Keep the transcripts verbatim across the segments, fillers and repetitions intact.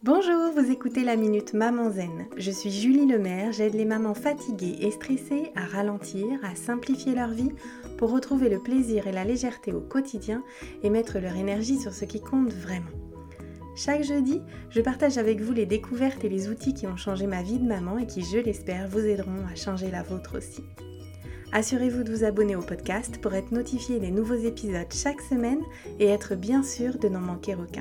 Bonjour, vous écoutez la Minute Maman Zen. Je suis Julie Lemaire, j'aide les mamans fatiguées et stressées à ralentir, à simplifier leur vie pour retrouver le plaisir et la légèreté au quotidien et mettre leur énergie sur ce qui compte vraiment. Chaque jeudi, je partage avec vous les découvertes et les outils qui ont changé ma vie de maman et qui, je l'espère, vous aideront à changer la vôtre aussi. Assurez-vous de vous abonner au podcast pour être notifié des nouveaux épisodes chaque semaine et être bien sûr de n'en manquer aucun.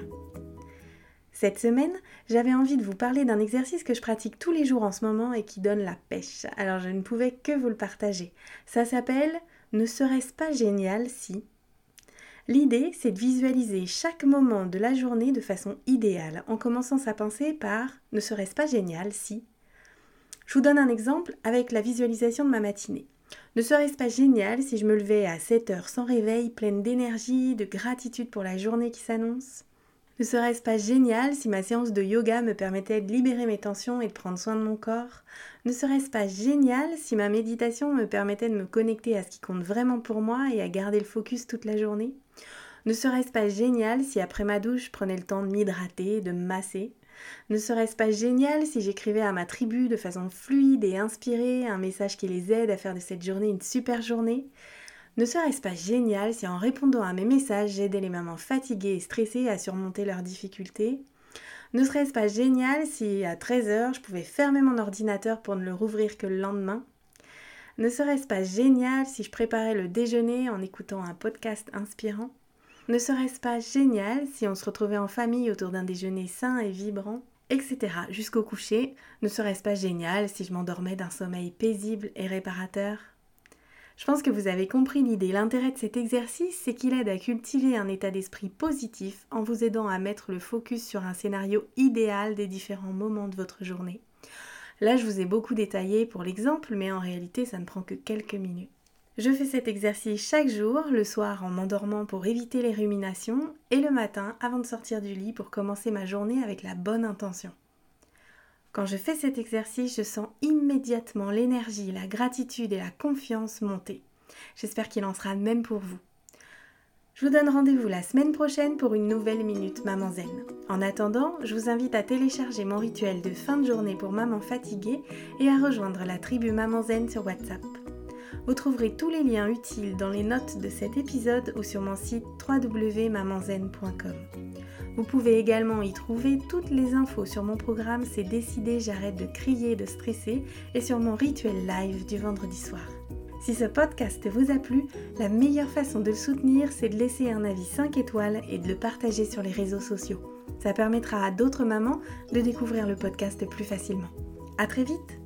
Cette semaine, j'avais envie de vous parler d'un exercice que je pratique tous les jours en ce moment et qui donne la pêche. Alors je ne pouvais que vous le partager. Ça s'appelle « Ne serait-ce pas génial si ?» L'idée, c'est de visualiser chaque moment de la journée de façon idéale, en commençant sa pensée par « Ne serait-ce pas génial si ?» Je vous donne un exemple avec la visualisation de ma matinée. Ne serait-ce pas génial si je me levais à sept heures sans réveil, pleine d'énergie, de gratitude pour la journée qui s'annonce ? Ne serait-ce pas génial si ma séance de yoga me permettait de libérer mes tensions et de prendre soin de mon corps ? Ne serait-ce pas génial si ma méditation me permettait de me connecter à ce qui compte vraiment pour moi et à garder le focus toute la journée ? Ne serait-ce pas génial si après ma douche je prenais le temps de m'hydrater, de me masser ? Ne serait-ce pas génial si j'écrivais à ma tribu de façon fluide et inspirée un message qui les aide à faire de cette journée une super journée ? Ne serait-ce pas génial si en répondant à mes messages, j'aidais les mamans fatiguées et stressées à surmonter leurs difficultés ? Ne serait-ce pas génial si à treize heures, je pouvais fermer mon ordinateur pour ne le rouvrir que le lendemain ? Ne serait-ce pas génial si je préparais le déjeuner en écoutant un podcast inspirant ? Ne serait-ce pas génial si on se retrouvait en famille autour d'un déjeuner sain et vibrant ? Etc. jusqu'au coucher. Ne serait-ce pas génial si je m'endormais d'un sommeil paisible et réparateur ? Je pense que vous avez compris l'idée. L'intérêt de cet exercice, c'est qu'il aide à cultiver un état d'esprit positif en vous aidant à mettre le focus sur un scénario idéal des différents moments de votre journée. Là, je vous ai beaucoup détaillé pour l'exemple, mais en réalité, ça ne prend que quelques minutes. Je fais cet exercice chaque jour, le soir en m'endormant pour éviter les ruminations, et le matin avant de sortir du lit pour commencer ma journée avec la bonne intention. Quand je fais cet exercice, je sens immédiatement l'énergie, la gratitude et la confiance monter. J'espère qu'il en sera de même pour vous. Je vous donne rendez-vous la semaine prochaine pour une nouvelle Minute Maman Zen. En attendant, je vous invite à télécharger mon rituel de fin de journée pour maman fatiguée et à rejoindre la tribu Maman Zen sur WhatsApp. Vous trouverez tous les liens utiles dans les notes de cet épisode ou sur mon site w w w point maman zen point com. Vous pouvez également y trouver toutes les infos sur mon programme C'est décidé, j'arrête de crier et de stresser et sur mon rituel live du vendredi soir. Si ce podcast vous a plu, la meilleure façon de le soutenir, c'est de laisser un avis cinq étoiles et de le partager sur les réseaux sociaux. Ça permettra à d'autres mamans de découvrir le podcast plus facilement. À très vite!